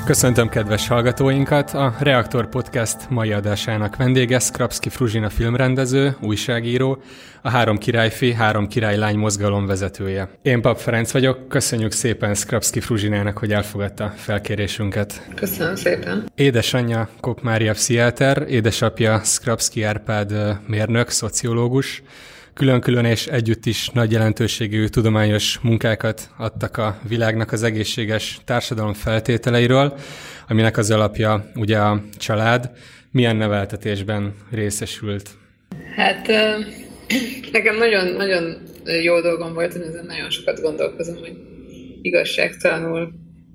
Köszöntöm kedves hallgatóinkat! A Reaktor Podcast mai adásának vendége Skrapszky Fruzsina filmrendező, újságíró, a Három királyfi, Három királylány mozgalom vezetője. Én Pap Ferenc vagyok, köszönjük szépen Skrapszky Fruzsinának, hogy elfogadta felkérésünket. Köszönöm szépen! Édesanyja Kopp Mária pszichiáter, édesapja Skrapszky Árpád mérnök, szociológus. Külön-külön és együtt is nagy jelentőségű tudományos munkákat adtak a világnak az egészséges társadalom feltételeiről, aminek az alapja ugye a család. Milyen neveltetésben részesült? Hát nekem nagyon jó dolgom volt, hogy ezen nagyon sokat gondolkozom, hogy igazságtalanul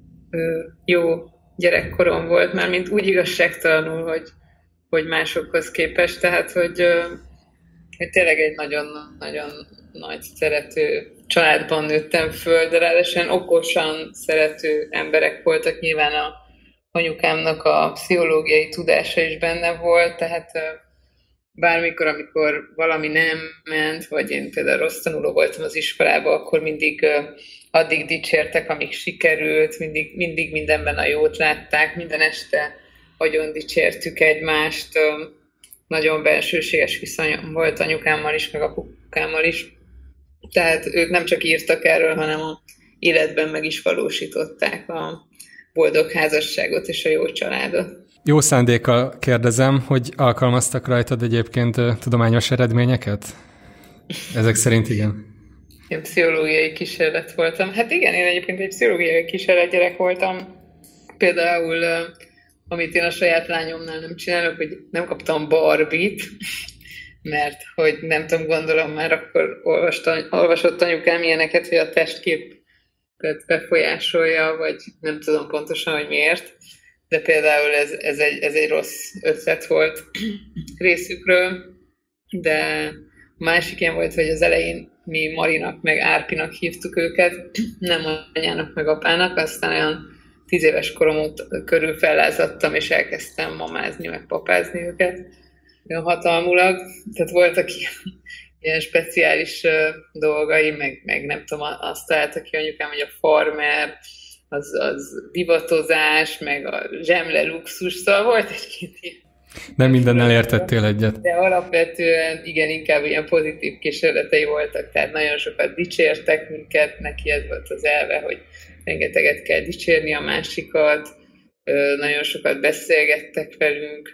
jó gyerekkorom volt, mármint úgy igazságtalanul, hogy másokhoz képest, tehát hogy tényleg egy nagyon-nagyon nagy szerető családban nőttem föl, de ráadásul okosan szerető emberek voltak. Nyilván a anyukámnak a pszichológiai tudása is benne volt, tehát bármikor, amikor valami nem ment, vagy én például rossz tanuló voltam az iskolában, akkor mindig addig dicsértek, amíg sikerült, mindig mindenben a jót látták, minden este nagyon dicsértük egymást. Nagyon bensőséges viszonyom volt anyukámmal is, meg apukámmal is. Tehát ők nem csak írtak erről, hanem a életben meg is valósították a boldog házasságot és a jó családot. Jó szándékkal kérdezem, hogy alkalmaztak rajtad egyébként tudományos eredményeket? Ezek szerint igen. Én pszichológiai kísérlet voltam. Hát igen, én egyébként egy pszichológiai kísérletgyerek voltam. Például amit én a saját lányomnál nem csinálok, hogy nem kaptam Barbie-t, mert hogy nem tudom, gondolom már akkor olvasott anyukám ilyeneket, hogy a testképet befolyásolja, vagy nem tudom pontosan, hogy miért, de például ez egy rossz ötlet volt részükről, de a másik ilyen volt, hogy az elején mi Marinak meg Árpinak hívtuk őket, nem anyának meg apának, aztán olyan 10 éves korom körül fellázadtam, és elkezdtem mamázni, meg papázni őket olyan hatalmulag. Tehát voltak ilyen speciális dolgai, meg nem tudom, azt találtak ki anyukám, hogy a farmer, az divatozás, meg a zsemle luxus, szóval volt egy-két ilyen. Nem mindennel értettél egyet. De alapvetően igen, inkább ilyen pozitív kísérletei voltak, tehát nagyon sokat dicsértek minket, neki ez volt az elve, hogy rengeteget kell dicsérni a másikat, nagyon sokat beszélgettek velünk.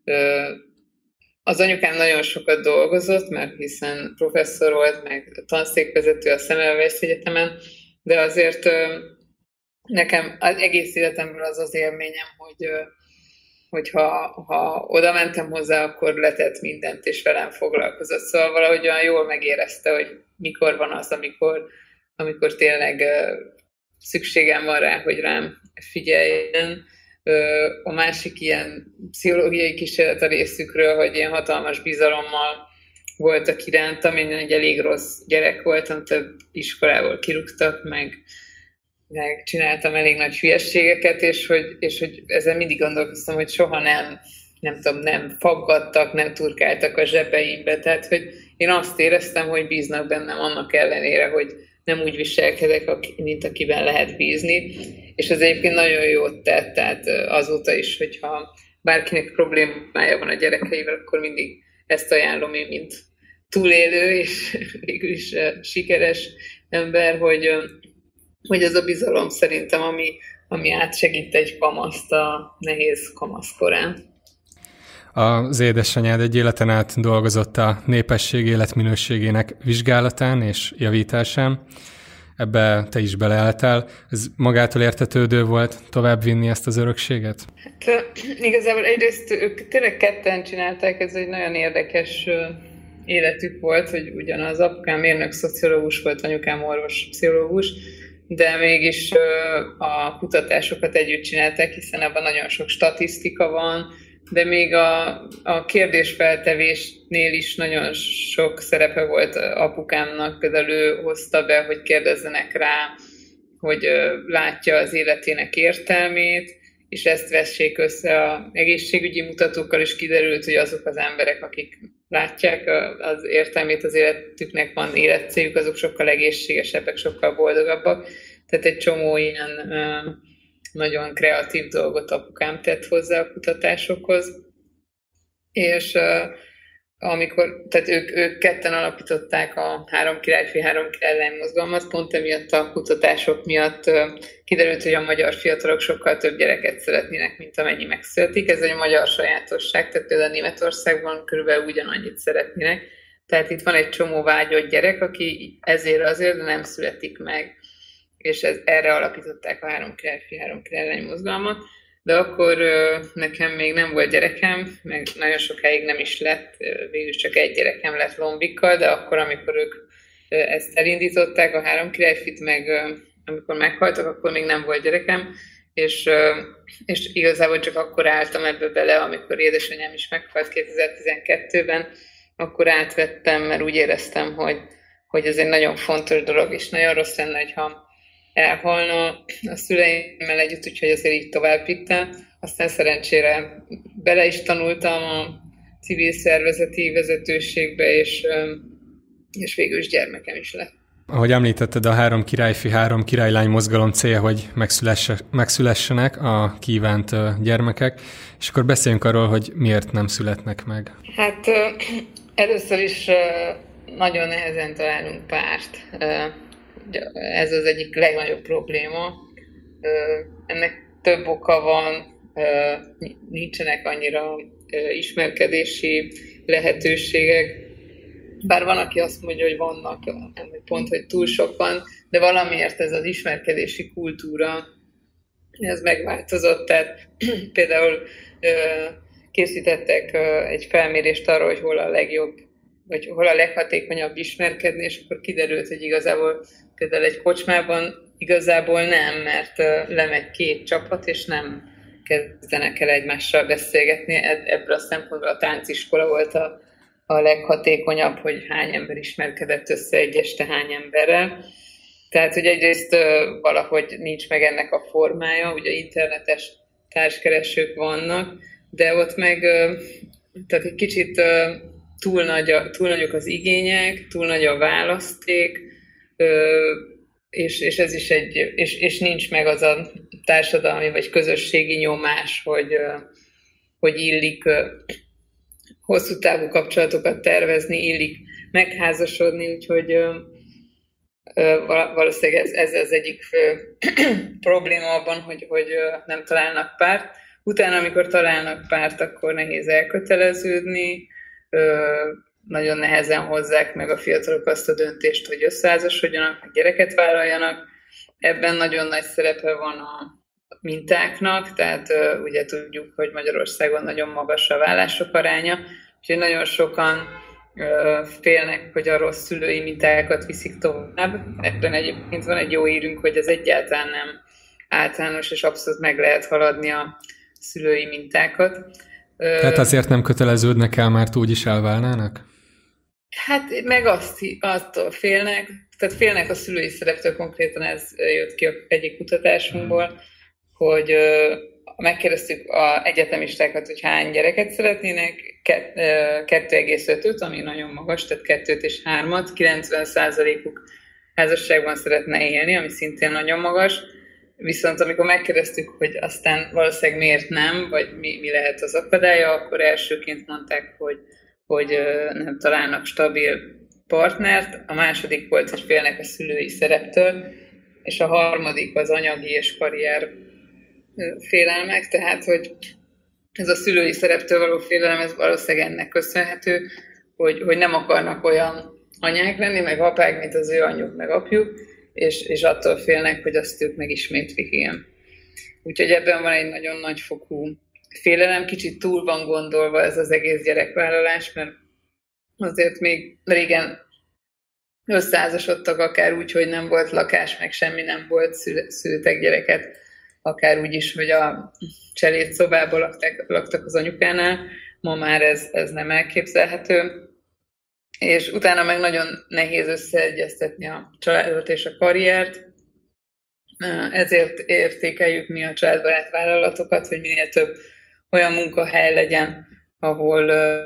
Az anyukám nagyon sokat dolgozott, mert hiszen professzor volt, meg tanszékvezető a Semmelweis Egyetemen, de azért nekem az egész életemről az élményem, hogy ha oda mentem hozzá, akkor letett mindent, és velem foglalkozott. Szóval valahogy olyan jól megérezte, hogy mikor van az, amikor tényleg szükségem van rá, hogy rám figyeljen. A másik ilyen pszichológiai kísérlet a részükről, hogy ilyen hatalmas bizalommal voltak irántam. Én egy elég rossz gyerek voltam, több iskolából kirúgtak, meg csináltam elég nagy hülyességeket, és hogy ezzel mindig gondolkoztam, hogy soha nem faggattak, nem turkáltak a zsebeimbe. Tehát, hogy én azt éreztem, hogy bíznak bennem annak ellenére, hogy nem úgy viselkedek, mint akiben lehet bízni. És ez egyébként nagyon jót tett, tehát azóta is, hogyha bárkinek problémája van a gyerekeivel, akkor mindig ezt ajánlom én, mint túlélő és végül is sikeres ember, hogy ez a bizalom szerintem, ami átsegít egy kamaszt a nehéz kamaszkorán. Az édesanyád egy életen át dolgozott a népesség életminőségének vizsgálatán és javításán. Ebbe te is beleálltál. Ez magától értetődő volt továbbvinni ezt az örökséget? Hát, igazából egyrészt ők tényleg ketten csinálták, ez egy nagyon érdekes életük volt, hogy ugyanaz apukám mérnök szociológus volt, anyukám orvos pszichológus, de mégis a kutatásokat együtt csinálták, hiszen abban nagyon sok statisztika van, de még a kérdésfeltevésnél is nagyon sok szerepe volt apukámnak, például ő hozta be, hogy kérdezzenek rá, hogy látja az életének értelmét, és ezt vessék össze az egészségügyi mutatókkal, és kiderült, hogy azok az emberek, akik látják az értelmét az életüknek, van életcéljuk, azok sokkal egészségesebbek, sokkal boldogabbak. Tehát egy csomó ilyen nagyon kreatív dolgot apukám tett hozzá a kutatásokhoz, és tehát ők ketten alapították a Három királyfi, Három királylány mozgalmat, pont emiatt a kutatások miatt kiderült, hogy a magyar fiatalok sokkal több gyereket szeretnének, mint amennyi megszületik. Ez egy magyar sajátosság, tehát például Németországban körülbelül ugyanannyit szeretnének. Tehát itt van egy csomó vágyott gyerek, aki ezért azért nem születik meg, és erre alapították a Három királyfi, Három királylány mozgalmat. De akkor nekem még nem volt gyerekem, meg nagyon sokáig nem is lett, végül csak egy gyerekem lett Lombikkal, de akkor, amikor ők ezt elindították, a Három királyfit, meg amikor meghaltak, akkor még nem volt gyerekem, és igazából csak akkor álltam ebbe bele, amikor édesanyám is meghalt 2012-ben, akkor átvettem, mert úgy éreztem, hogy ez egy nagyon fontos dolog, és nagyon rossz lenne, hogyha elhalna a szüleimmel együtt, úgyhogy azért így tovább vittem. Aztán szerencsére bele is tanultam a civil szervezeti vezetőségbe, és végül is gyermekem is lett. Ahogy említetted, a Három királyfi, Három királylány mozgalom célja, hogy megszülessenek a kívánt gyermekek, és akkor beszéljünk arról, hogy miért nem születnek meg. Hát először is nagyon nehezen találunk párt. Ez az egyik legnagyobb probléma. Ennek több oka van, nincsenek annyira ismerkedési lehetőségek. Bár van, aki azt mondja, hogy vannak, nem pont, hogy túl sok van, de valamiért ez az ismerkedési kultúra, ez megváltozott. Tehát például készítettek egy felmérést arról, hogy hol a legjobb, vagy hol a leghatékonyabb ismerkedni, és akkor kiderült, hogy igazából például egy kocsmában igazából nem, mert lemegy két csapat, és nem kezdenek el egymással beszélgetni. Ebből a szempontból a tánciskola volt a leghatékonyabb, hogy hány ember ismerkedett össze egy este hány emberrel. Tehát, hogy egyrészt valahogy nincs meg ennek a formája, ugye internetes társkeresők vannak, de ott meg tehát egy kicsit túl nagyok az igények, túl nagy a választék, és ez is és nincs meg az a társadalmi vagy közösségi nyomás, hogy illik hosszú távú kapcsolatokat tervezni, illik megházasodni, úgyhogy valószínűleg ez az egyik fő probléma abban, hogy nem találnak párt. Utána, amikor találnak párt, akkor nehéz elköteleződni, nagyon nehezen hozzák meg a fiatalok azt a döntést, hogy összeházasodjanak, meg gyereket vállaljanak. Ebben nagyon nagy szerepe van a mintáknak, tehát ugye tudjuk, hogy Magyarországon nagyon magas a vállások aránya, úgyhogy nagyon sokan félnek, hogy a rossz szülői mintákat viszik tovább. Ebben egyébként van egy jó hírünk, hogy ez egyáltalán nem általános, és abszolút meg lehet haladni a szülői mintákat. Tehát azért nem köteleződnek el, mert úgyis elválnának? Hát meg attól félnek, tehát félnek a szülői szereptől, konkrétan ez jött ki egyik kutatásunkból, hogy megkérdeztük az egyetemistákat, hogy hány gyereket szeretnének, 2,5-öt, ami nagyon magas, tehát 2 és 3-at, 90%-uk házasságban szeretne élni, ami szintén nagyon magas, viszont amikor megkérdeztük, hogy aztán valószínűleg miért nem, vagy mi lehet az akadálya, akkor elsőként mondták, hogy nem találnak stabil partnert, a második volt, hogy félnek a szülői szereptől, és a harmadik az anyagi és karrier félelmek, tehát hogy ez a szülői szereptől való félelem, ez valószínűleg ennek köszönhető, hogy nem akarnak olyan anyák lenni, meg apák, mint az ő anyjuk, meg apjuk, és attól félnek, hogy azt ők megismétlik ilyen. Úgyhogy ebben van egy nagyon nagyfokú félelem, kicsit túl van gondolva ez az egész gyerekvállalás, mert azért még régen összeházasodtak akár úgy, hogy nem volt lakás, meg semmi nem volt, szültek gyereket, akár úgy is, hogy a cselédszobában laktak az anyukánál, ma már ez nem elképzelhető, és utána meg nagyon nehéz összeegyeztetni a családot és a karriert, ezért értékeljük mi a családbarát vállalatokat, hogy minél több olyan munkahely legyen,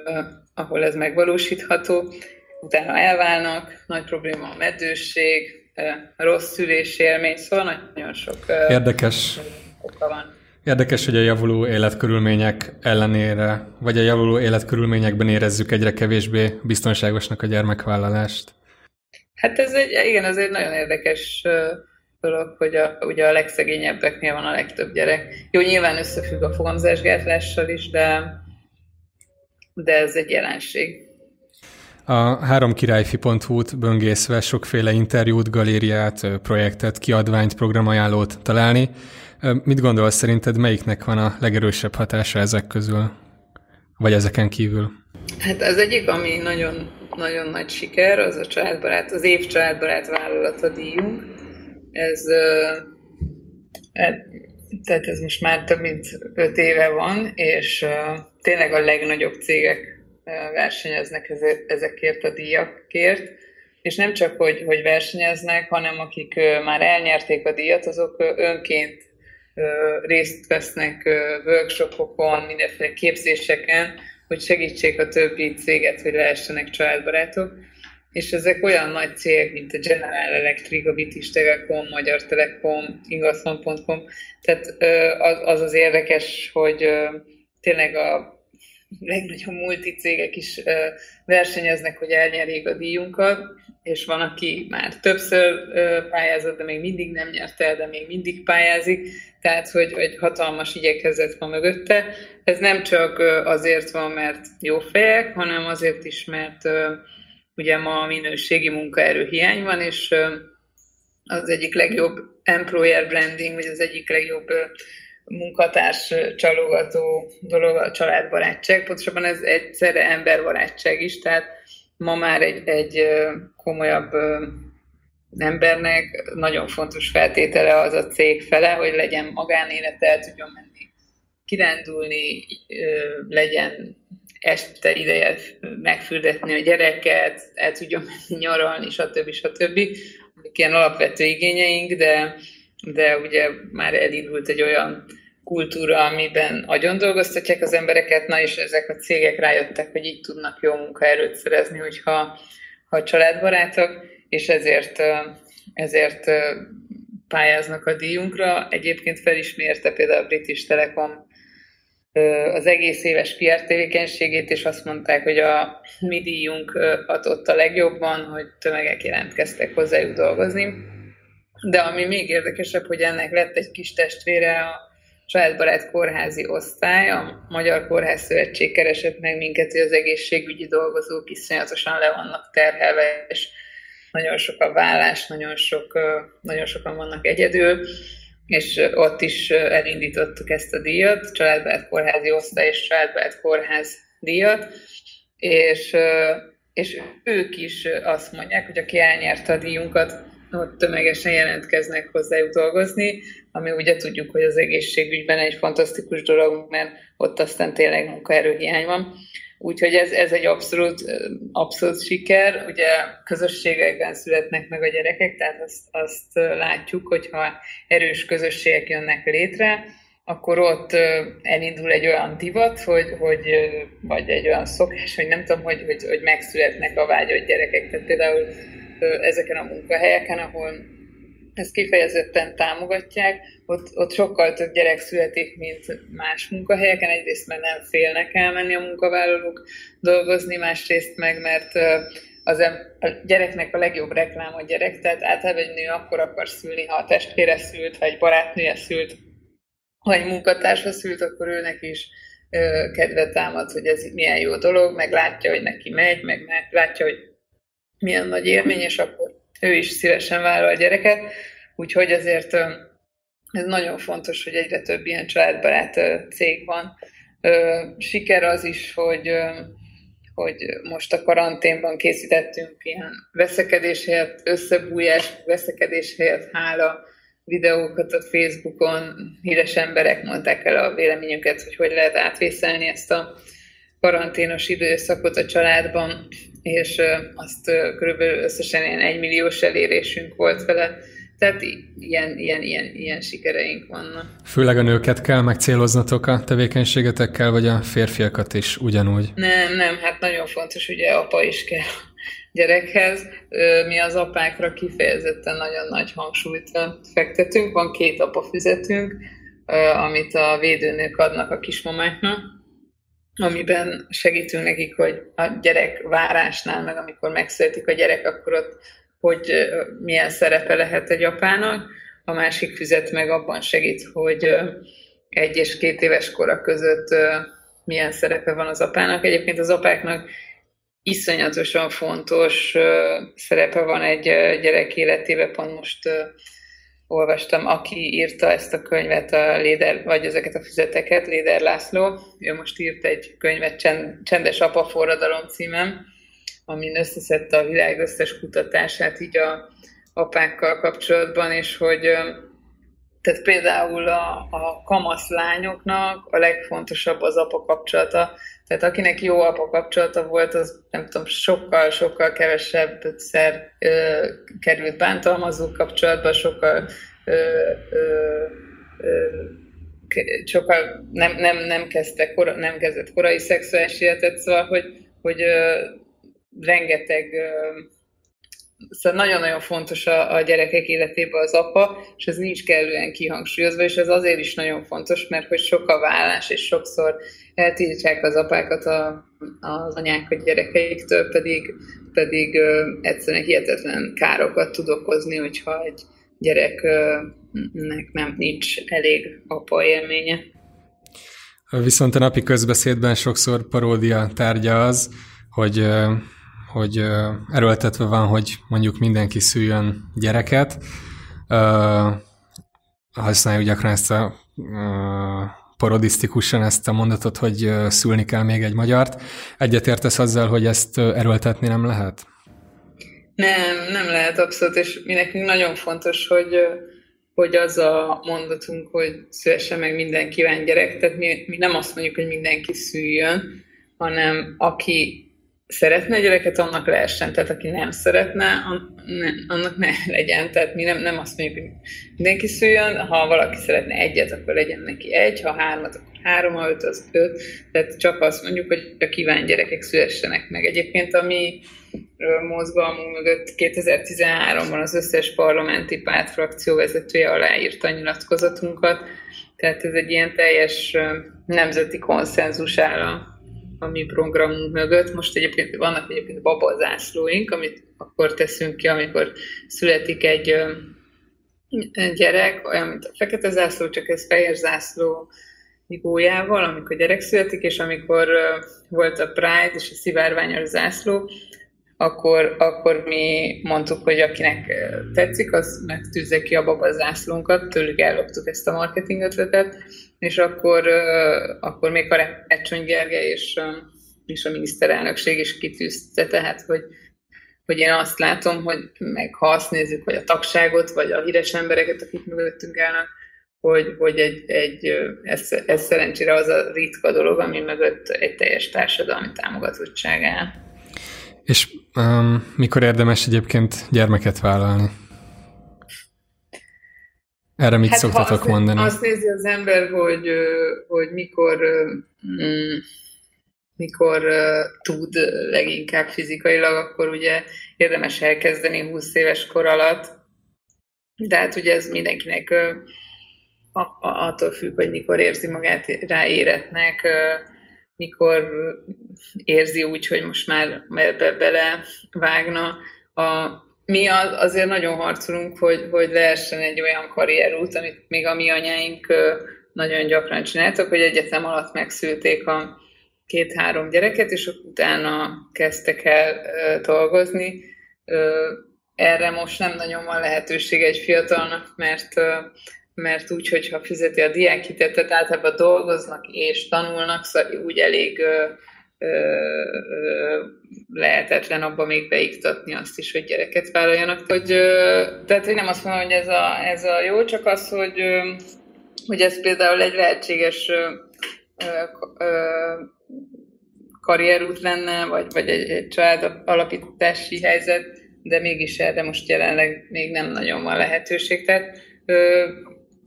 ahol ez megvalósítható. Utána elválnak, nagy probléma a meddőség, rossz szülési élmény, szóval nagyon sok oka van. Érdekes, hogy a javuló életkörülmények ellenére, vagy a javuló életkörülményekben érezzük egyre kevésbé biztonságosnak a gyermekvállalást. Hát ez egy nagyon érdekes dolog, hogy ugye a legszegényebbeknél van a legtöbb gyerek. Jó, nyilván összefügg a fogamzásgátlással is, de ez egy jelenség. A háromkirályfi.hu-t böngészve sokféle interjút, galériát, projektet, kiadványt, programajánlót találni. Mit gondolsz, szerinted melyiknek van a legerősebb hatása ezek közül? Vagy ezeken kívül? Hát az egyik, ami nagyon, nagyon nagy siker, az a családbarát, az év családbarát vállalata díjunk. Tehát ez most már több mint 5 éve van, és tényleg a legnagyobb cégek versenyeznek ezekért a díjakért, és nem csak, hogy versenyeznek, hanem akik már elnyerték a díjat, azok önként részt vesznek workshopokon, mindenféle képzéseken, hogy segítsék a többi céget, hogy lehessenek családbarátok. És ezek olyan nagy cégek, mint a General Electric, a British Telecom, Magyar Telekom, Ingatlan.com. Tehát az érdekes, hogy tényleg a legnagyobb multicégek is versenyeznek, hogy elnyerjék a díjunkat, és van, aki már többször pályázott, de még mindig nem nyert el, de még mindig pályázik, tehát hogy hatalmas igyekezet van mögötte. Ez nem csak azért van, mert jó fejek, hanem azért is, mert ugye ma minőségi munkaerő hiány van, és az egyik legjobb employer branding, vagy az egyik legjobb munkatárs csalogató dolog a családbarátság. Pontosabban ez egyszerre emberbarátság is, tehát ma már egy komolyabb embernek nagyon fontos feltétele az a cég fele, hogy legyen magánélete, el tudjon menni kirándulni, legyen este ideje megfürdetni a gyereket, el tudjon menni nyaralni, stb. Ilyen alapvető igényeink, de ugye már elindult egy olyan kultúra, amiben agyon dolgoztatják az embereket, na és ezek a cégek rájöttek, hogy így tudnak jó munkaerőt szerezni, hogyha családbarátok, és ezért pályáznak a díjunkra. Egyébként felismerte például a British Telecom az egész éves PR tevékenységét, és azt mondták, hogy a mi díjunk adott a legjobban, hogy tömegek jelentkeztek hozzájuk dolgozni. De ami még érdekesebb, hogy ennek lett egy kis testvére, a Családbarát Kórházi Osztály, a Magyar Kórház Szövetség keresett meg minket, hogy az egészségügyi dolgozók iszonyatosan le vannak terhelve, és nagyon sok a vállás, nagyon sokan vannak egyedül, és ott is elindítottuk ezt a díjat, Családbarát Kórházi Osztály és Családbarát Kórház díjat, és ők is azt mondják, hogy aki elnyerte a díjunkat, ott tömegesen jelentkeznek hozzájuk dolgozni, ami ugye tudjuk, hogy az egészségügyben egy fantasztikus dolog, mert ott aztán tényleg munkaerőhiány van. Úgyhogy ez egy abszolút siker. Ugye közösségekben születnek meg a gyerekek, tehát azt látjuk, hogyha erős közösségek jönnek létre, akkor ott elindul egy olyan divat, vagy egy olyan szokás, hogy nem tudom, hogy megszületnek a vágyott gyerekek. Tehát például ezeken a munkahelyeken, ahol ezt kifejezetten támogatják, ott sokkal több gyerek születik, mint más munkahelyeken. Egyrészt, mert nem félnek elmenni a munkavállalók dolgozni, másrészt meg, mert a gyereknek a legjobb reklám a gyerek, tehát általában egy nő akkor akar szülni, ha a testvére szült, ha egy barátnője szült, ha egy munkatársa szült, akkor őnek is kedve támad, hogy ez milyen jó dolog, meg látja, hogy neki megy, meg látja, hogy milyen nagy élmény, és akkor ő is szívesen vállal a gyereket. Úgyhogy azért ez nagyon fontos, hogy egyre több ilyen családbarát cég van. Siker az is, hogy most a karanténban készítettünk ilyen veszekedés helyett, összebújás, veszekedés helyett hála videókat a Facebookon. Híres emberek mondták el a véleményüket, hogy lehet átvészelni ezt a karanténos időszakot a családban, és azt körülbelül összesen ilyen 1 milliós elérésünk volt vele. Tehát ilyen sikereink vannak. Főleg a nőket kell megcéloznatok a tevékenységetekkel, vagy a férfiakat is ugyanúgy? Nem, hát nagyon fontos, ugye apa is kell gyerekhez. Mi az apákra kifejezetten nagyon nagy hangsúlyt fektetünk. Van 2 apafüzetünk, amit a védőnők adnak a kismamáknak, amiben segítünk nekik, hogy a gyerek várásnál, meg amikor megszületik a gyerek, akkor ott hogy milyen szerepe lehet egy apának. A másik füzet meg abban segít, hogy 1 és 2 éves kora között milyen szerepe van az apának. Egyébként az apáknak iszonyatosan fontos szerepe van egy gyerek életében. Pont most olvastam, aki írta ezt a könyvet, vagy ezeket a füzeteket, Léder László. Ő most írt egy könyvet, Csendes apa forradalom címen, amin összeszedte a világ összes kutatását így a apákkal kapcsolatban, és hogy tehát például a kamasz lányoknak a legfontosabb az apa kapcsolata. Tehát akinek jó apa kapcsolata volt, az nem tudom, sokkal kevesebbszer került bántalmazó kapcsolatba, sokkal nem kezdett korai szexuális életet, szóval, hogy rengeteg, szóval nagyon-nagyon fontos a gyerekek életében az apa, és ez nincs kellően kihangsúlyozva, és ez azért is nagyon fontos, mert hogy sok a vállás, és sokszor eltiltják az apákat az anyák a gyerekeiktől, pedig egyszerűen hihetetlen károkat tud okozni, hogyha egy gyereknek nincs elég apa élménye. Viszont a napi közbeszédben sokszor paródia tárgya az, hogy erőltetve van, hogy mondjuk mindenki szüljön gyereket. Használjuk gyakran ezt a parodisztikusan ezt a mondatot, hogy szülni kell még egy magyart. Egyetértesz azzal, hogy ezt erőltetni nem lehet? Nem lehet abszolút, és mi nekünk nagyon fontos, hogy az a mondatunk, hogy szülessen meg minden kíván gyerek, tehát mi nem azt mondjuk, hogy mindenki szüljön, hanem aki szeretne gyereket, annak lehessen, tehát aki nem szeretne, annak ne legyen. Tehát mi nem azt mondjuk, hogy mindenki szüljön, ha valaki szeretne 1, akkor legyen neki 1, ha 3, akkor 3, ha 5, az 5. Tehát csak azt mondjuk, hogy a kíván gyerekek szülessenek meg. Egyébként a mi mozgalmunk mögött 2013-ban az összes parlamenti párt frakcióvezetője aláírta a nyilatkozatunkat, tehát ez egy ilyen teljes nemzeti konszenzus áll a mi programunk mögött. Most vannak babazászlóink, amit akkor teszünk ki, amikor születik egy gyerek, olyan, mint a fekete zászló, csak ez fehér zászló gólyával, amikor gyerek születik, és amikor volt a Pride és a szivárványos zászló, akkor mi mondtuk, hogy akinek tetszik, az megtűzze ki a babazászlónkat, tőlük elloptuk ezt a marketing ötletet, és akkor még Karácsony Gergely és a miniszterelnökség is kitűzte, tehát hogy én azt látom, hogy meg ha azt nézzük, hogy a tagságot, vagy a híres embereket, akik mögöttünk állnak, hogy ez szerencsére az a ritka dolog, ami mögött egy teljes társadalmi támogatottság áll. És mikor érdemes egyébként gyermeket vállalni? Erre mit szoktatok mondani? Azt nézi az ember, hogy mikor tud leginkább fizikailag, akkor ugye érdemes elkezdeni 20 éves kor alatt. De hát ugye ez mindenkinek attól függ, hogy mikor érzi magát rá éretnek, mikor érzi úgy, hogy most már belevágna. Mi azért nagyon harcolunk, hogy lehessen egy olyan karrierút, amit még a mi anyáink nagyon gyakran csináltak, hogy egyetem alatt megszülték a 2-3 gyereket, és utána kezdtek el dolgozni. Erre most nem nagyon van lehetőség egy fiatalnak, mert úgy, hogyha fizeti a diákhitet, tehát általában dolgoznak és tanulnak, szóval úgy elég lehetetlen abba még beiktatni azt is, hogy gyereket vállaljanak. Tehát, hogy nem azt mondom, hogy ez a jó, csak az, hogy ez például egy lehetséges karrierút lenne, vagy egy család alapítási helyzet, de mégis erre most jelenleg még nem nagyon van lehetőség. Tehát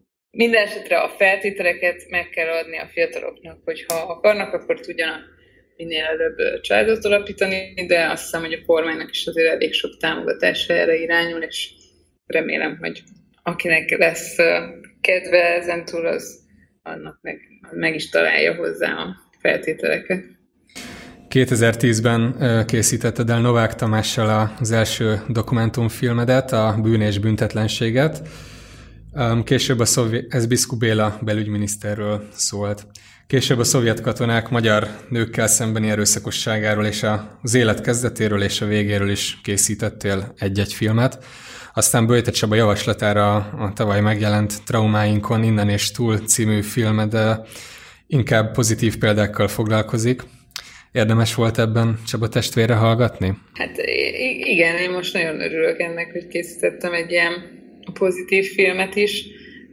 minden esetre a feltételeket meg kell adni a fiataloknak, hogy ha akarnak, akkor tudjanak minél előbb családot alapítani, de azt hiszem, hogy a kormánynak is azért elég sok támogatása erre irányul, és remélem, hogy akinek lesz kedve ezentúl, az annak meg is találja hozzá a feltételeket. 2010-ben készítetted el Novák Tamással az első dokumentumfilmedet, a Bűn és büntetlenséget. Később ez Biszku Béla belügyminiszterről szólt. Később a szovjet katonák magyar nőkkel szembeni erőszakosságáról és az élet kezdetéről és a végéről is készítettél egy-egy filmet. Aztán Böjte Csaba javaslatára a tavaly megjelent Traumáinkon innen és túl című filmed inkább pozitív példákkal foglalkozik. Érdemes volt ebben Csaba testvére hallgatni? Hát igen, én most nagyon örülök ennek, hogy készítettem egy ilyen pozitív filmet is,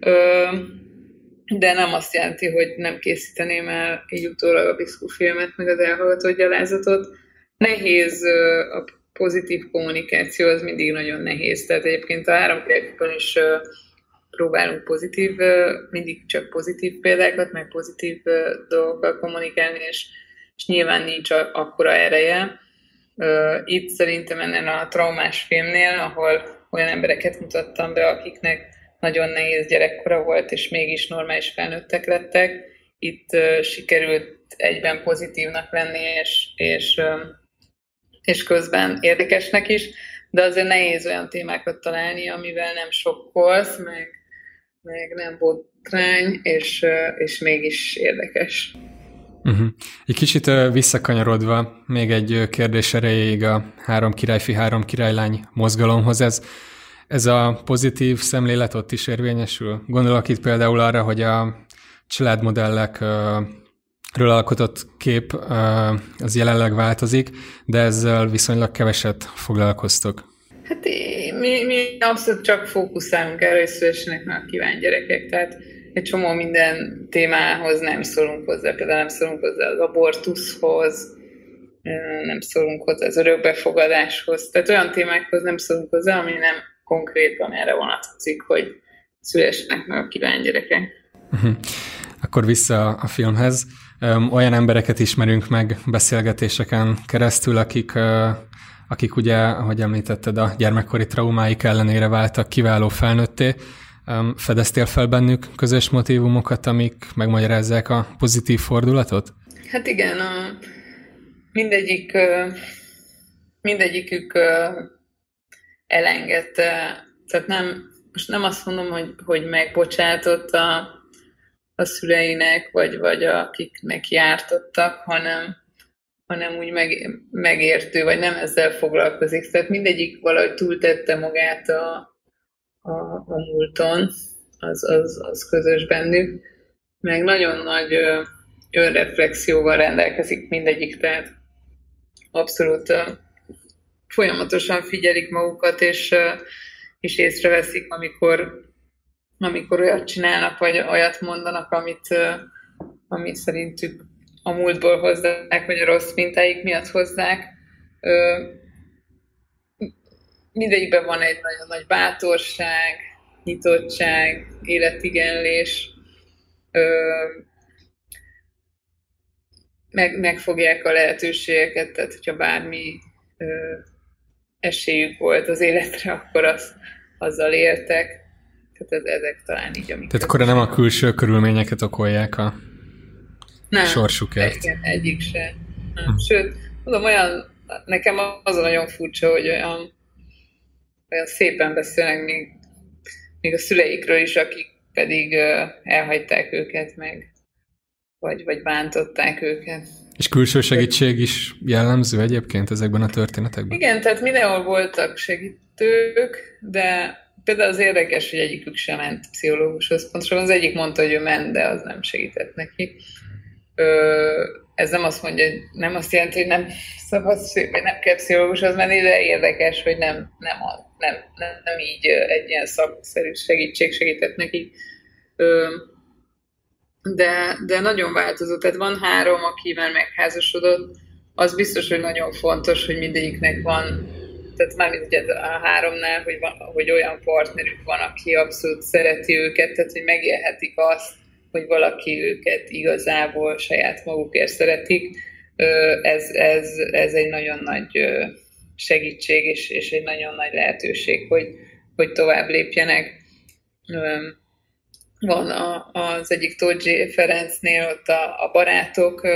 de nem azt jelenti, hogy nem készíteném el így utólag a Biszku filmet, meg az Elhallgatott gyalázatot. Nehéz, a pozitív kommunikáció az mindig nagyon nehéz, tehát egyébként a 3 királyfilmben is próbálunk mindig csak pozitív példákat, meg pozitív dolgokkal kommunikálni, és nyilván nincs akkora ereje. Itt szerintem ennen a traumás filmnél, ahol olyan embereket mutattam be, akiknek nagyon nehéz gyerekkora volt, és mégis normális felnőttek lettek, itt sikerült egyben pozitívnak lenni, és közben érdekesnek is, de azért nehéz olyan témákat találni, amivel nem sokkolsz, meg nem botrány, és mégis érdekes. Uh-huh. Egy kicsit visszakanyarodva még egy kérdés erejéig a 3 királyfi, 3 királylány mozgalomhoz. Ez a pozitív szemlélet ott is érvényesül? Gondolok itt például arra, hogy a családmodellekről alkotott kép az jelenleg változik, de ezzel viszonylag keveset foglalkoztok. Hát mi abszolút csak fókuszálunk erre, hogy szülessenek meg a kívánt gyerekek, tehát egy csomó minden témához nem szólunk hozzá, például nem szólunk hozzá az abortuszhoz, nem szólunk hozzá az örökbefogadáshoz, tehát olyan témákhoz nem szólunk hozzá, ami nem konkrétan erre vonatkozik, hogy szülessenek meg a kívánt gyerekek. Uh-huh. Akkor vissza a filmhez. Olyan embereket ismerünk meg beszélgetéseken keresztül, akik ugye, ahogy említetted, a gyermekkori traumáik ellenére váltak kiváló felnőtté. Fedeztél fel bennük közös motívumokat, amik megmagyarázzák a pozitív fordulatot? Hát igen, mindegyikük elengedte, tehát most nem azt mondom, hogy megbocsátott a szüleinek, vagy akiknek jártottak, hanem úgy megértő, vagy nem ezzel foglalkozik. Tehát mindegyik valahogy túltette magát a múlton, az közös bennük, meg nagyon nagy önreflexióval rendelkezik mindegyik, tehát abszolút folyamatosan figyelik magukat, és észreveszik, amikor olyat csinálnak, vagy olyat mondanak, amit szerintük a múltból hozzák, vagy a rossz mintáik miatt hozzák. Mindegyikben van egy nagyon nagy bátorság, nyitottság, életigenlés, megfogják a lehetőségeket, tehát hogyha bármi esélyük volt az életre, akkor azzal éltek. Tehát ezek talán így, amik... Tehát akkor nem a külső körülményeket okolják a sorsukért. Nem, egyik se. Sőt, mondom, nekem az nagyon furcsa, hogy olyan szépen beszélnek még a szüleikről is, akik pedig elhagyták őket meg, vagy bántották őket. És külső segítség is jellemző egyébként ezekben a történetekben? Igen, tehát mindenhol voltak segítők, de például az érdekes, hogy egyikük sem ment pszichológushoz. Pontosan az egyik mondta, hogy ő ment, de az nem segített neki. Ez nem azt mondja, nem azt jelenti, hogy nem szabad, vagy nem kell pszichológushoz menni, de érdekes, hogy nem így egy ilyen szakszerű segítség segített neki. De nagyon változó. Tehát van 3, aki már megházasodott. Az biztos, hogy nagyon fontos, hogy mindegyiknek van, tehát mármint ugye a 3-nál, hogy olyan partnerük van, aki abszolút szereti őket, tehát hogy megélhetik azt, hogy valaki őket igazából saját magukért szeretik. ez egy nagyon nagy segítség, és egy nagyon nagy lehetőség, hogy tovább lépjenek. Van az egyik Tóth Ferencnél ott a barátok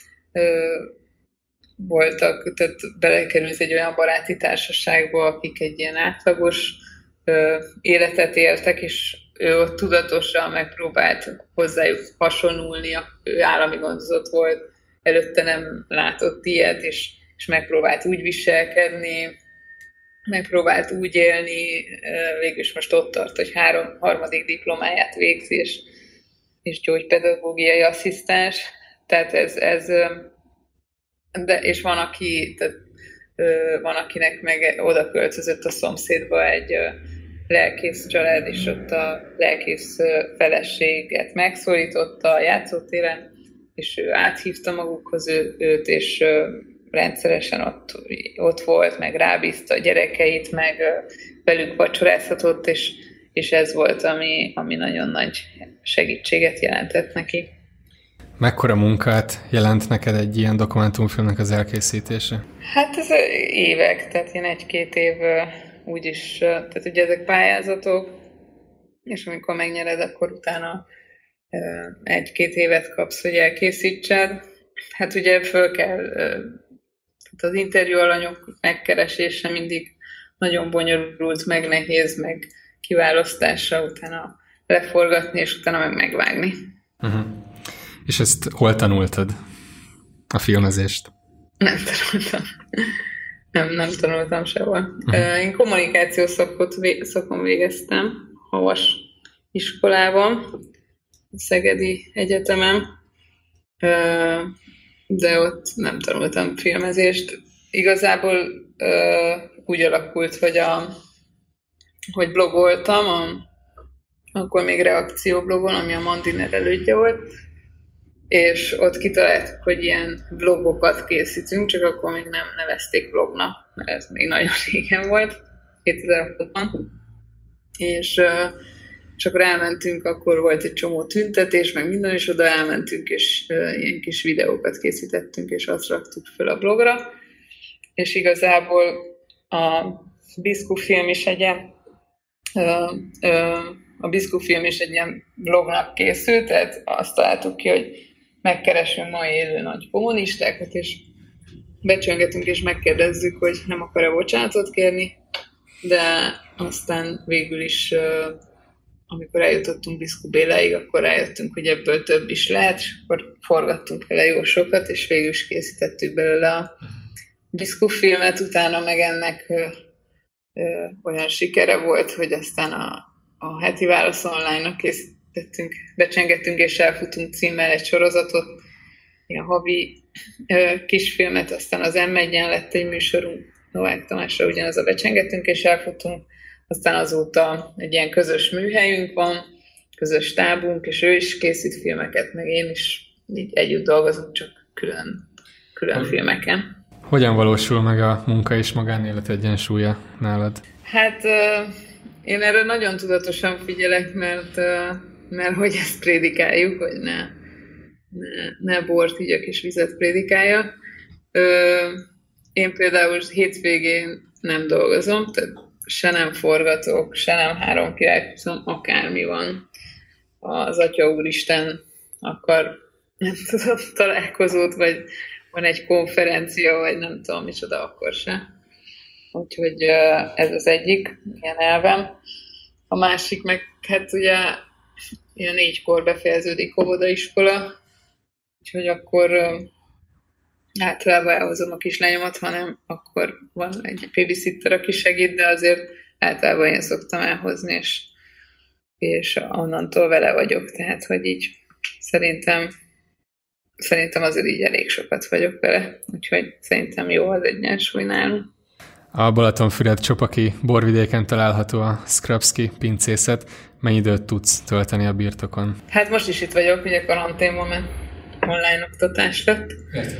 voltak, tehát belekerült egy olyan baráti társaságba, akik egy ilyen átlagos életet éltek, és ő ott tudatosan megpróbált hozzájuk hasonlulni, ő állami gondozott volt, előtte nem látott ilyet, és megpróbált úgy viselkedni, megpróbált úgy élni, végülis most ott tart, hogy harmadik diplomáját végzi, és gyógypedagógiai asszisztens. Tehát és van, akinek meg oda költözött a szomszédba egy lelkész család, és ott a lelkész feleséget megszólította a játszótéren, és ő áthívta magukhoz őt, és rendszeresen ott volt, meg rábízta a gyerekeit, meg velük vacsorázhatott, és ez volt, ami nagyon nagy segítséget jelentett neki. Mekkora munkát jelent neked egy ilyen dokumentumfilmnek az elkészítése? Hát ez évek, tehát én 1-2 év úgyis, tehát ugye ezek pályázatok, és amikor megnyered, akkor utána 1-2 évet kapsz, hogy elkészítsed. Hát ugye föl kell, tehát az interjú alanyok megkeresése mindig nagyon bonyolult, meg nehéz, meg kiválasztása, utána leforgatni, és utána meg megvágni. Uh-huh. És ezt hol tanultad, a filmezést? Nem tanultam. Nem tanultam sehol. Uh-huh. Én kommunikációs szakon végeztem Havas iskolában, a Szegedi Egyetemen, de ott nem tanultam filmezést. Igazából úgy alakult, hogy blogoltam, akkor még reakcióblogon, ami a Mandiner elődje volt, és ott kitaláltuk, hogy ilyen vlogokat készítünk, csak akkor még nem nevezték vlognak, mert ez még nagyon régen volt, 2006-ban. És akkor elmentünk, akkor volt egy csomó tüntetés, meg minden, és oda elmentünk, és ilyen kis videókat készítettünk, és azt raktuk föl a blogra. És igazából a Biszkufilm is egy ilyen blognak készült, tehát azt találtuk ki, hogy megkeresünk mai élő nagy kommunistákat, és becsöngetünk és megkérdezzük, hogy nem akar-e bocsánatot kérni, de aztán végül is, amikor eljutottunk Biszku Béláig, akkor rájöttünk, hogy ebből több is lehet, és akkor forgattunk vele jó sokat, és végül is készítettük belőle a Biszku filmet, utána meg ennek olyan sikere volt, hogy aztán a Heti Válasz Online-nak készítettünk, becsengettünk és elfutunk címmel egy sorozatot, ilyen havi kisfilmet, aztán az M1-en lett egy műsorunk, Novák Tamásra ugyanaz a becsengetünk és elfutunk, aztán azóta egy ilyen közös műhelyünk van, közös tábunk, és ő is készít filmeket, meg én is így együtt dolgozunk, csak külön filmeken. Hogyan valósul meg a munka és magánélet egyensúlya nálad? Hát én erre nagyon tudatosan figyelek, mert hogy ezt prédikáljuk, hogy ne bort igyak és vizet prédikáljak. Én például hétvégén nem dolgozom, tehát se nem forgatok, se nem 3 királyhúzom, akármi van. Az Atya Úristen akar, nem tudom, találkozót, vagy van egy konferencia, vagy nem tudom micsoda, akkor se. Úgyhogy ez az egyik ilyen elvem. A másik meg, hát ugye ilyen 4-kor befejeződik óvodaiskola, úgyhogy akkor általában elhozom a kislányomat, hanem akkor van egy babysitter, aki segít, de azért általában én szoktam elhozni, és onnantól vele vagyok. Tehát, hogy így szerintem azért így elég sokat vagyok vele, úgyhogy szerintem jó az egyensúly nálunk. A Balatonfüred-Csopaki borvidéken található a Skrapski pincészet. Mennyi időt tudsz tölteni a birtokon? Hát most is itt vagyok, ugye karanténban, mert online oktatás lett.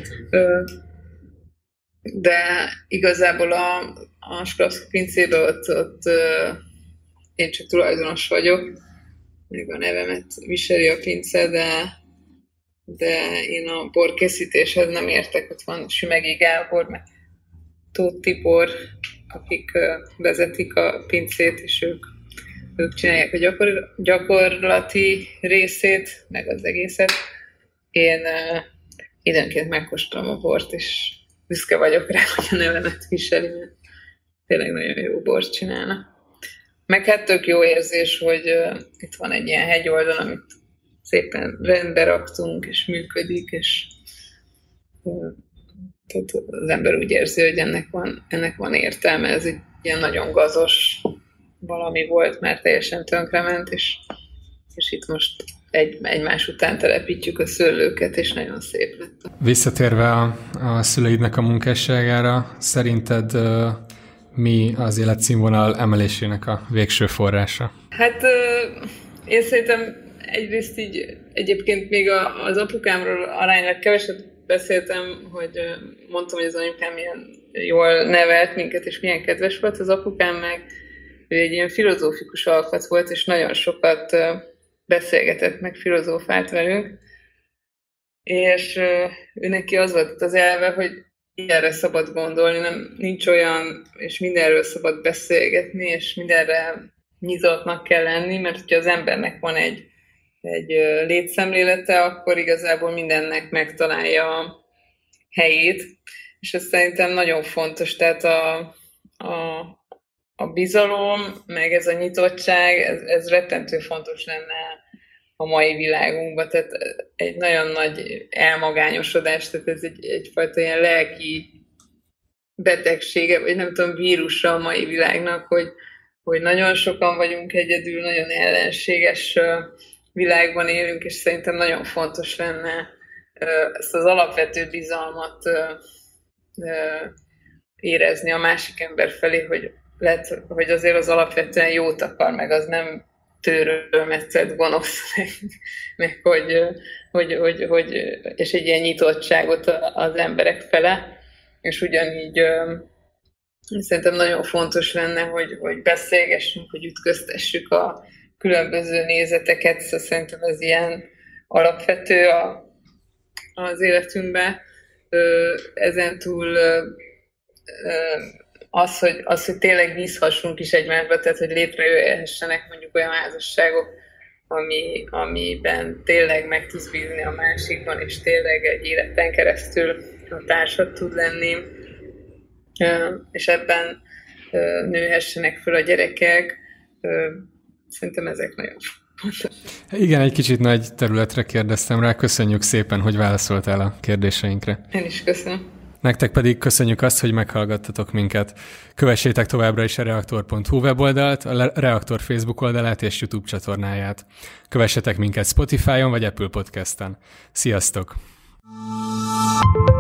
De igazából a Skrapski pincében ott én csak tulajdonos vagyok, még a nevemet viseli a pince, de én a borkészítéshez nem értek. Ott van Sümegi Gábor, meg Tóth Tibor, akik vezetik a pincét, és ők csinálják a gyakorlati részét, meg az egészet. Én időnként megkóstolom a bort, és büszke vagyok rá, hogy a nevemet viseli, mert tényleg nagyon jó bort csinálnak. Meg hát tök jó érzés, hogy itt van egy ilyen hegyoldal, amit szépen rendbe raktunk, és működik, és tehát az ember úgy érzi, hogy ennek van értelme. Ez egy ilyen nagyon gazos valami volt, mert teljesen tönkrement, és itt most egymás után telepítjük a szőlőket, és nagyon szép lett. Visszatérve a szüleidnek a munkásságára, szerinted mi az életszínvonal emelésének a végső forrása? Hát én szerintem egyrészt így egyébként még az apukámról aránylag keveset beszéltem, hogy mondtam, hogy az anyukám milyen jól nevelt minket, és milyen kedves volt. Az apukám meg ő egy ilyen filozófikus alkat volt, és nagyon sokat beszélgetett, meg filozófált velünk. És ő neki az volt az elve, hogy ilyenre szabad gondolni, nincs olyan, és mindenről szabad beszélgetni, és mindenre nyitottnak kell lenni, mert hogyha az embernek van egy létszemlélete, akkor igazából mindennek megtalálja a helyét, és ez szerintem nagyon fontos, tehát a bizalom, meg ez a nyitottság, ez rettentő fontos lenne a mai világunkban, tehát egy nagyon nagy elmagányosodás, tehát ez egyfajta ilyen lelki betegsége, vagy nem tudom, vírusa a mai világnak, hogy nagyon sokan vagyunk egyedül, nagyon ellenséges világban élünk, és szerintem nagyon fontos lenne ezt az alapvető bizalmat érezni a másik ember felé, hogy azért az alapvetően jót akar, meg az nem tőrölmetszett gonosz, meg hogy és egy ilyen nyitottságot az emberek fele, és ugyanígy szerintem nagyon fontos lenne, hogy beszélgessünk, hogy ütköztessük a különböző nézeteket, szóval szerintem ez ilyen alapvető az életünkben. Ezen túl az, hogy tényleg bízhassunk is egymásba, tehát hogy létrejöhessenek mondjuk olyan házasságok, amiben tényleg meg tudsz bízni a másikban, és tényleg egy életen keresztül a társad tud lenni, és ebben nőhessenek föl a gyerekek. Szerintem ezek nagyon fontos. Igen, egy kicsit nagy területre kérdeztem rá. Köszönjük szépen, hogy válaszoltál a kérdéseinkre. Én is köszönöm. Nektek pedig köszönjük azt, hogy meghallgattatok minket. Kövessétek továbbra is a reaktor.hu weboldalt, a Reaktor Facebook oldalát és YouTube csatornáját. Kövessetek minket Spotify-on vagy Apple Podcast-en. Sziasztok!